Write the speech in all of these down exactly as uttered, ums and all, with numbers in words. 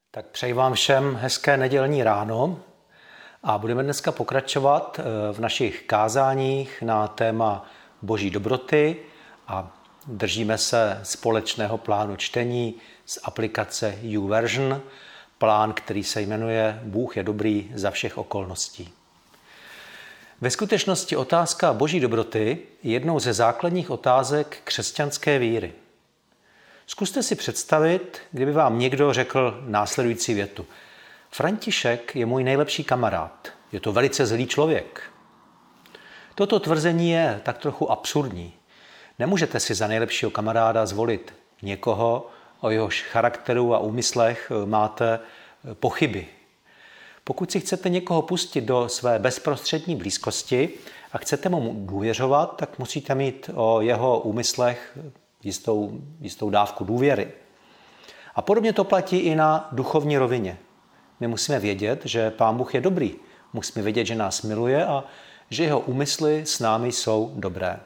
Tak přeji vám všem hezké nedělní ráno a budeme dneska pokračovat v našich kázáních na téma Boží dobroty a držíme se společného plánu čtení z aplikace YouVersion, plán, který se jmenuje Bůh je dobrý za všech okolností. Ve skutečnosti otázka Boží dobroty je jednou ze základních otázek křesťanské víry. Zkuste si představit, kdyby vám někdo řekl následující větu. František je můj nejlepší kamarád. Je to velice zlý člověk. Toto tvrzení je tak trochu absurdní. Nemůžete si za nejlepšího kamaráda zvolit někoho, o jehož charakteru a úmyslech máte pochyby. Pokud si chcete někoho pustit do své bezprostřední blízkosti a chcete mu důvěřovat, tak musíte mít o jeho úmyslech jistou, jistou dávku důvěry. A podobně to platí i na duchovní rovině. My musíme vědět, že Pán Bůh je dobrý. Musíme vědět, že nás miluje a že jeho úmysly s námi jsou dobré.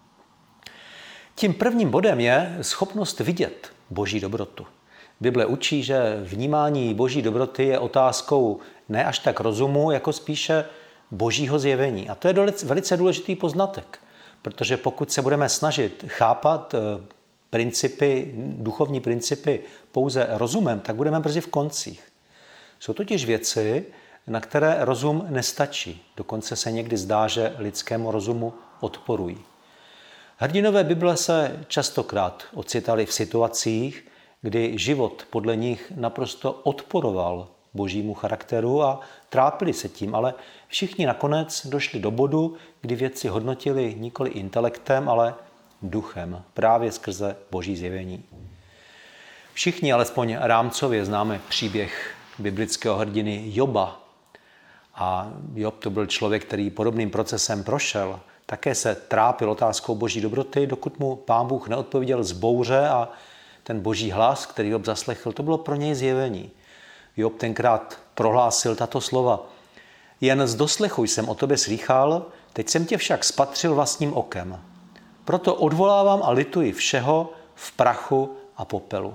Tím prvním bodem je schopnost vidět Boží dobrotu. Bible učí, že vnímání Boží dobroty je otázkou ne až tak rozumu, jako spíše Božího zjevení. A to je velice důležitý poznatek, protože pokud se budeme snažit chápat principy, duchovní principy pouze rozumem, tak budeme brzy v koncích. Jsou totiž věci, na které rozum nestačí. Dokonce se někdy zdá, že lidskému rozumu odporují. Hrdinové Bible se častokrát ocitali v situacích, kdy život podle nich naprosto odporoval Božímu charakteru a trápili se tím, ale všichni nakonec došli do bodu, kdy věci hodnotili nikoli intelektem, ale duchem, právě skrze Boží zjevení. Všichni alespoň rámcově známe příběh biblického hrdiny Joba. A Job to byl člověk, který podobným procesem prošel. Také se trápil otázkou Boží dobroty, dokud mu Pán Bůh neodpověděl z bouře a ten Boží hlas, který Job zaslechl, to bylo pro něj zjevení. Job tenkrát prohlásil tato slova. Jen z doslechu jsem o tobě slýchal, teď jsem tě však spatřil vlastním okem. Proto odvolávám a lituji všeho v prachu a popelu.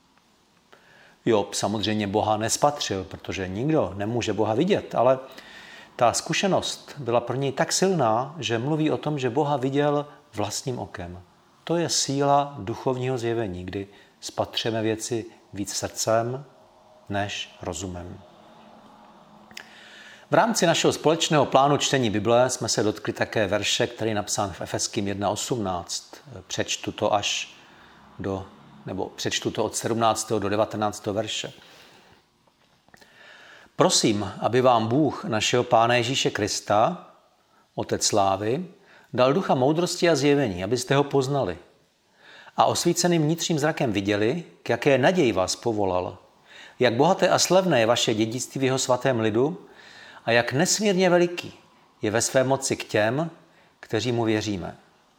Job samozřejmě Boha nespatřil, protože nikdo nemůže Boha vidět, ale ta zkušenost byla pro něj tak silná, že mluví o tom, že Boha viděl vlastním okem. To je síla duchovního zjevení, kdy spatřeme věci víc srdcem než rozumem. V rámci našeho společného plánu čtení Bible jsme se dotkli také verše, který je napsán v Efeským jedna osmnáct. Přečtu to až do, nebo přečtu to od sedmnáctého do devatenáctého verše. Prosím, aby vám Bůh našeho Pána Ježíše Krista, Otec slávy, dal ducha moudrosti a zjevení, abyste ho poznali a osvíceným vnitřním zrakem viděli, k jaké naději vás povolal, jak bohaté a slavné je vaše dědictví v jeho svatém lidu a jak nesmírně veliký je ve své moci k těm, kteří mu věříme.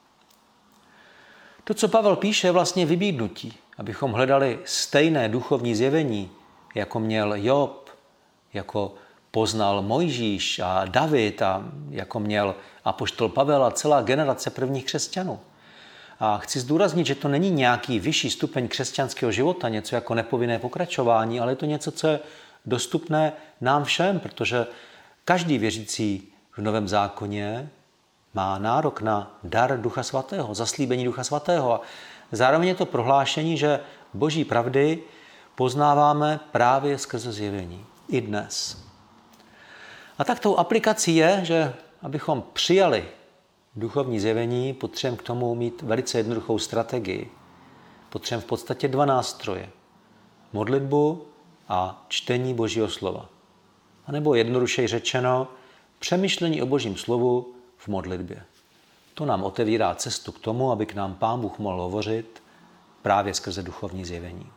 To, co Pavel píše, je vlastně vybídnutí, abychom hledali stejné duchovní zjevení, jako měl Job, jako poznal Mojžíš a David a jako měl apoštol Pavel a celá generace prvních křesťanů. A chci zdůraznit, že to není nějaký vyšší stupeň křesťanského života, něco jako nepovinné pokračování, ale je to něco, co je dostupné nám všem, protože každý věřící v Novém zákoně má nárok na dar Ducha Svatého, zaslíbení Ducha Svatého. A zároveň je to prohlášení, že Boží pravdy poznáváme právě skrze zjevení. I dnes. A tak tou aplikací je, že abychom přijali duchovní zjevení, potřebujeme k tomu mít velice jednoduchou strategii. Potřebujeme v podstatě dva nástroje. Modlitbu a čtení Božího slova. A nebo jednodušeji řečeno, přemýšlení o Božím slovu v modlitbě. To nám otevírá cestu k tomu, aby k nám Pán Bůh mohl hovořit právě skrze duchovní zjevení.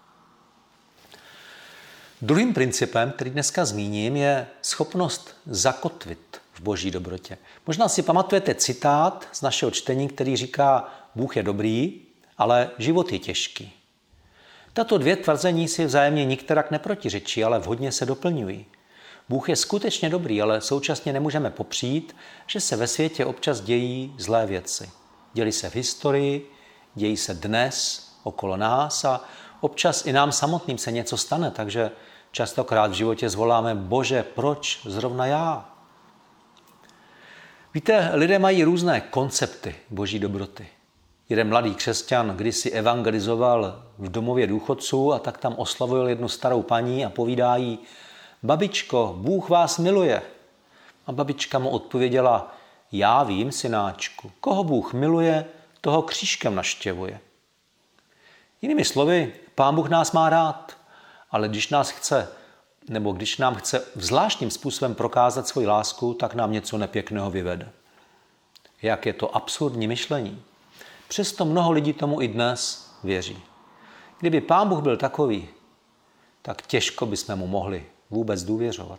Druhým principem, který dneska zmíním, je schopnost zakotvit v Boží dobrotě. Možná si pamatujete citát z našeho čtení, který říká, Bůh je dobrý, ale život je těžký. Tato dvě tvrzení si vzájemně nikterak neprotiřečí, ale vhodně se doplňují. Bůh je skutečně dobrý, ale současně nemůžeme popřít, že se ve světě občas dějí zlé věci. Dějí se v historii, dějí se dnes okolo nás a Občas i nám samotným se něco stane, takže častokrát v životě zvoláme: Bože, proč zrovna já? Víte, lidé mají různé koncepty boží dobroty. Jeden mladý křesťan kdysi evangelizoval v domově důchodců a tak tam oslavil jednu starou paní a povídá jí: Babičko, Bůh vás miluje. A babička mu odpověděla: Já vím, synáčku, koho Bůh miluje, toho křížkem navštěvuje. Jinými slovy, Pán Bůh nás má rád, ale když nás chce, nebo když nám chce zvláštním způsobem prokázat svoji lásku, tak nám něco nepěkného vyvede. Jak je to absurdní myšlení. Přesto mnoho lidí tomu i dnes věří. Kdyby Pán Bůh byl takový, tak těžko bychom mu mohli vůbec důvěřovat.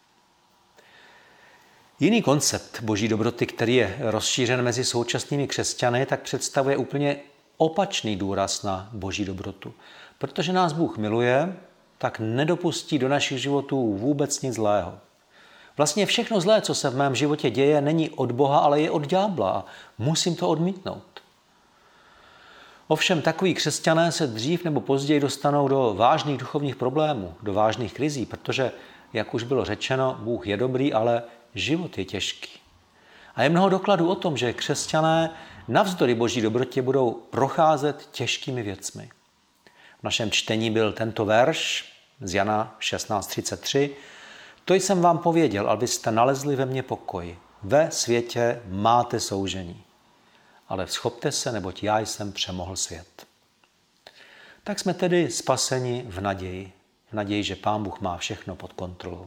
Jiný koncept boží dobroty, který je rozšířen mezi současnými křesťany, tak představuje úplně opačný důraz na boží dobrotu. Protože nás Bůh miluje, tak nedopustí do našich životů vůbec nic zlého. Vlastně všechno zlé, co se v mém životě děje, není od Boha, ale je od ďábla a musím to odmítnout. Ovšem takoví křesťané se dřív nebo později dostanou do vážných duchovních problémů, do vážných krizí, protože, jak už bylo řečeno, Bůh je dobrý, ale život je těžký. A je mnoho dokladů o tom, že křesťané navzdory boží dobrotě budou procházet těžkými věcmi. V našem čtení byl tento verš z Jana šestnáct třicet tři. To jsem vám pověděl, abyste nalezli ve mně pokoj. Ve světě máte soužení. Ale vzchopte se, neboť já jsem přemohl svět. Tak jsme tedy spaseni v naději. V naději, že Pán Bůh má všechno pod kontrolou.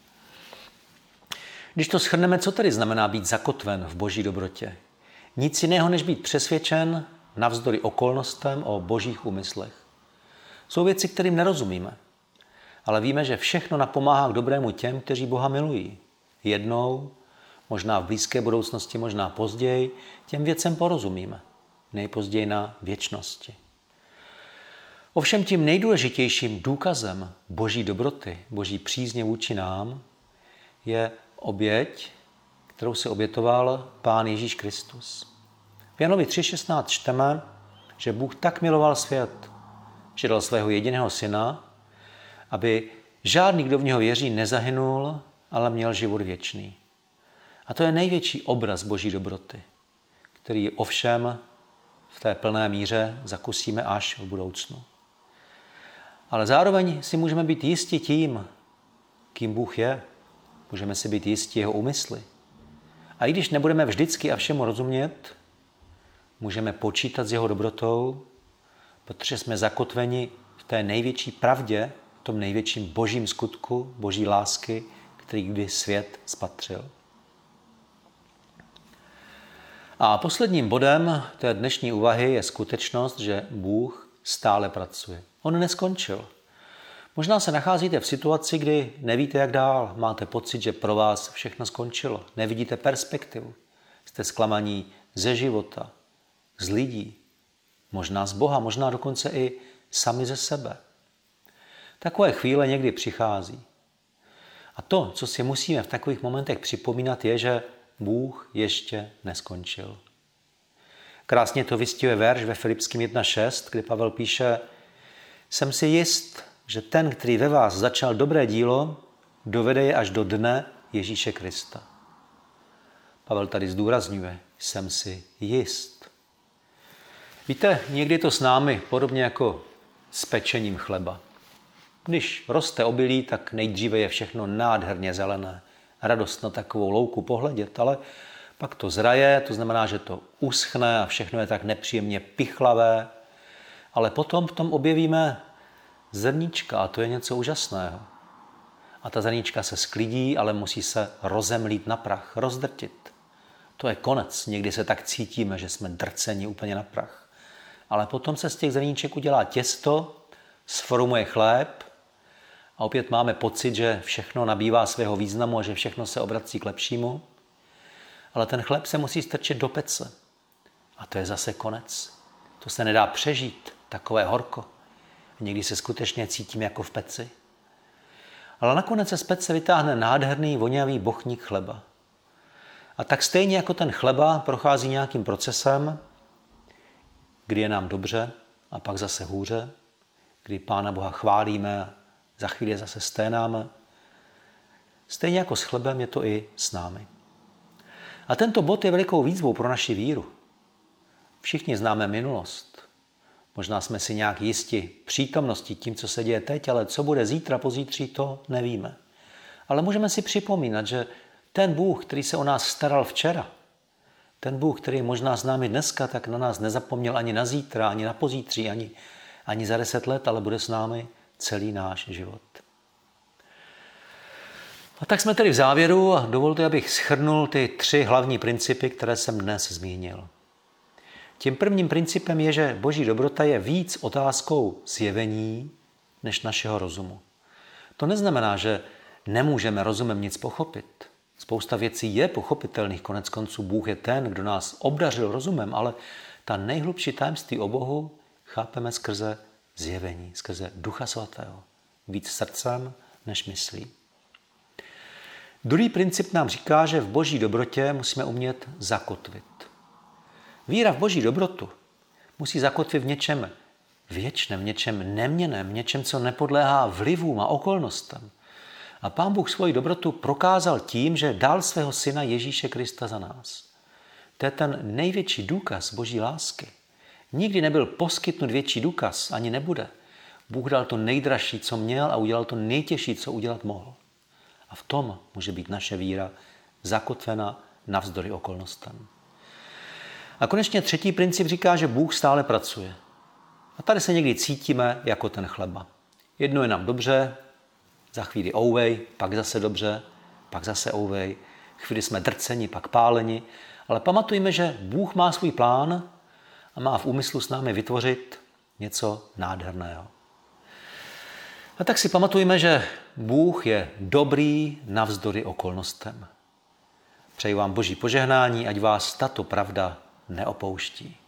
Když to shrneme, co tedy znamená být zakotven v boží dobrotě? Nic jiného, než být přesvědčen navzdory okolnostem o božích úmyslech. Jsou věci, kterým nerozumíme, ale víme, že všechno napomáhá k dobrému těm, kteří Boha milují. Jednou, možná v blízké budoucnosti, možná později, těm věcem porozumíme. Nejpozději na věčnosti. Ovšem tím nejdůležitějším důkazem boží dobroty, boží přízně vůči nám, je oběť, kterou si obětoval Pán Ježíš Kristus. V Janovi tři šestnáct čteme, že Bůh tak miloval svět, že dal svého jediného syna, aby žádný, kdo v něho věří, nezahynul, ale měl život věčný. A to je největší obraz boží dobroty, který ovšem v té plné míře zakusíme až v budoucnu. Ale zároveň si můžeme být jisti tím, kým Bůh je. Můžeme si být jistí jeho úmysly. A i když nebudeme vždycky a všemu rozumět, můžeme počítat s jeho dobrotou, protože jsme zakotveni v té největší pravdě, v tom největším božím skutku, boží lásky, který kdy svět spatřil. A posledním bodem té dnešní úvahy je skutečnost, že Bůh stále pracuje. On neskončil. Možná se nacházíte v situaci, kdy nevíte, jak dál. Máte pocit, že pro vás všechno skončilo. Nevidíte perspektivu. Jste zklamaní ze života, z lidí, možná z Boha, možná dokonce i sami ze sebe. Takové chvíle někdy přichází. A to, co si musíme v takových momentech připomínat, je, že Bůh ještě neskončil. Krásně to vystihuje verš ve Filipským jedna šest, kde Pavel píše: Jsem si jist, že ten, který ve vás začal dobré dílo, dovede je až do dne Ježíše Krista. Pavel tady zdůrazňuje: jsem si jist. Víte, někdy to s námi podobně jako s pečením chleba. Když roste obilí, tak nejdříve je všechno nádherně zelené. Radost na takovou louku pohledět, ale pak to zraje, to znamená, že to uschne a všechno je tak nepříjemně pichlavé. Ale potom v tom objevíme zrníčka a to je něco úžasného. A ta zrníčka se sklidí, ale musí se rozemlít na prach, rozdrtit. To je konec. Někdy se tak cítíme, že jsme drceni úplně na prach. Ale potom se z těch zrníček udělá těsto, sformuje chléb a opět máme pocit, že všechno nabývá svého významu a že všechno se obrací k lepšímu. Ale ten chléb se musí strčit do pece. A to je zase konec. To se nedá přežít, takové horko. Někdy se skutečně cítím jako v peci. Ale nakonec se z pece vytáhne nádherný, vonavý bochník chleba. A tak stejně jako ten chleba prochází nějakým procesem, kdy je nám dobře a pak zase hůře, kdy Pána Boha chválíme, za chvíli je zase sténáme. Stejně jako s chlebem je to i s námi. A tento bod je velikou výzvou pro naši víru. Všichni známe minulost. Možná jsme si nějak jisti přítomností tím, co se děje teď, ale co bude zítra, pozítří, to nevíme. Ale můžeme si připomínat, že ten Bůh, který se o nás staral včera, ten Bůh, který je možná s námi dneska, tak na nás nezapomněl ani na zítra, ani na pozítří, ani, ani za deset let, ale bude s námi celý náš život. A tak jsme tedy v závěru a dovolte, abych shrnul ty tři hlavní principy, které jsem dnes zmínil. Tím prvním principem je, že Boží dobrota je víc otázkou zjevení než našeho rozumu. To neznamená, že nemůžeme rozumem nic pochopit. Spousta věcí je pochopitelných, konec konců Bůh je ten, kdo nás obdařil rozumem, ale ta nejhlubší tajemství o Bohu chápeme skrze zjevení, skrze Ducha Svatého. Víc srdcem než myslí. Druhý princip nám říká, že v Boží dobrotě musíme umět zakotvit. Víra v Boží dobrotu musí zakotvit v něčem věčném, v něčem neměnném, v něčem, co nepodléhá vlivům a okolnostem. A Pán Bůh svoji dobrotu prokázal tím, že dal svého syna Ježíše Krista za nás. To je ten největší důkaz Boží lásky. Nikdy nebyl poskytnut větší důkaz, ani nebude. Bůh dal to nejdražší, co měl a udělal to nejtěžší, co udělat mohl. A v tom může být naše víra zakotvena navzdory okolnostem. A konečně třetí princip říká, že Bůh stále pracuje. A tady se někdy cítíme jako ten chleba. Jedno je nám dobře, za chvíli ouvej, pak zase dobře, pak zase ouvej. Chvíli jsme drceni, pak páleni. Ale pamatujme, že Bůh má svůj plán a má v úmyslu s námi vytvořit něco nádherného. A tak si pamatujme, že Bůh je dobrý navzdory okolnostem. Přeji vám Boží požehnání, ať vás tato pravda neopouští.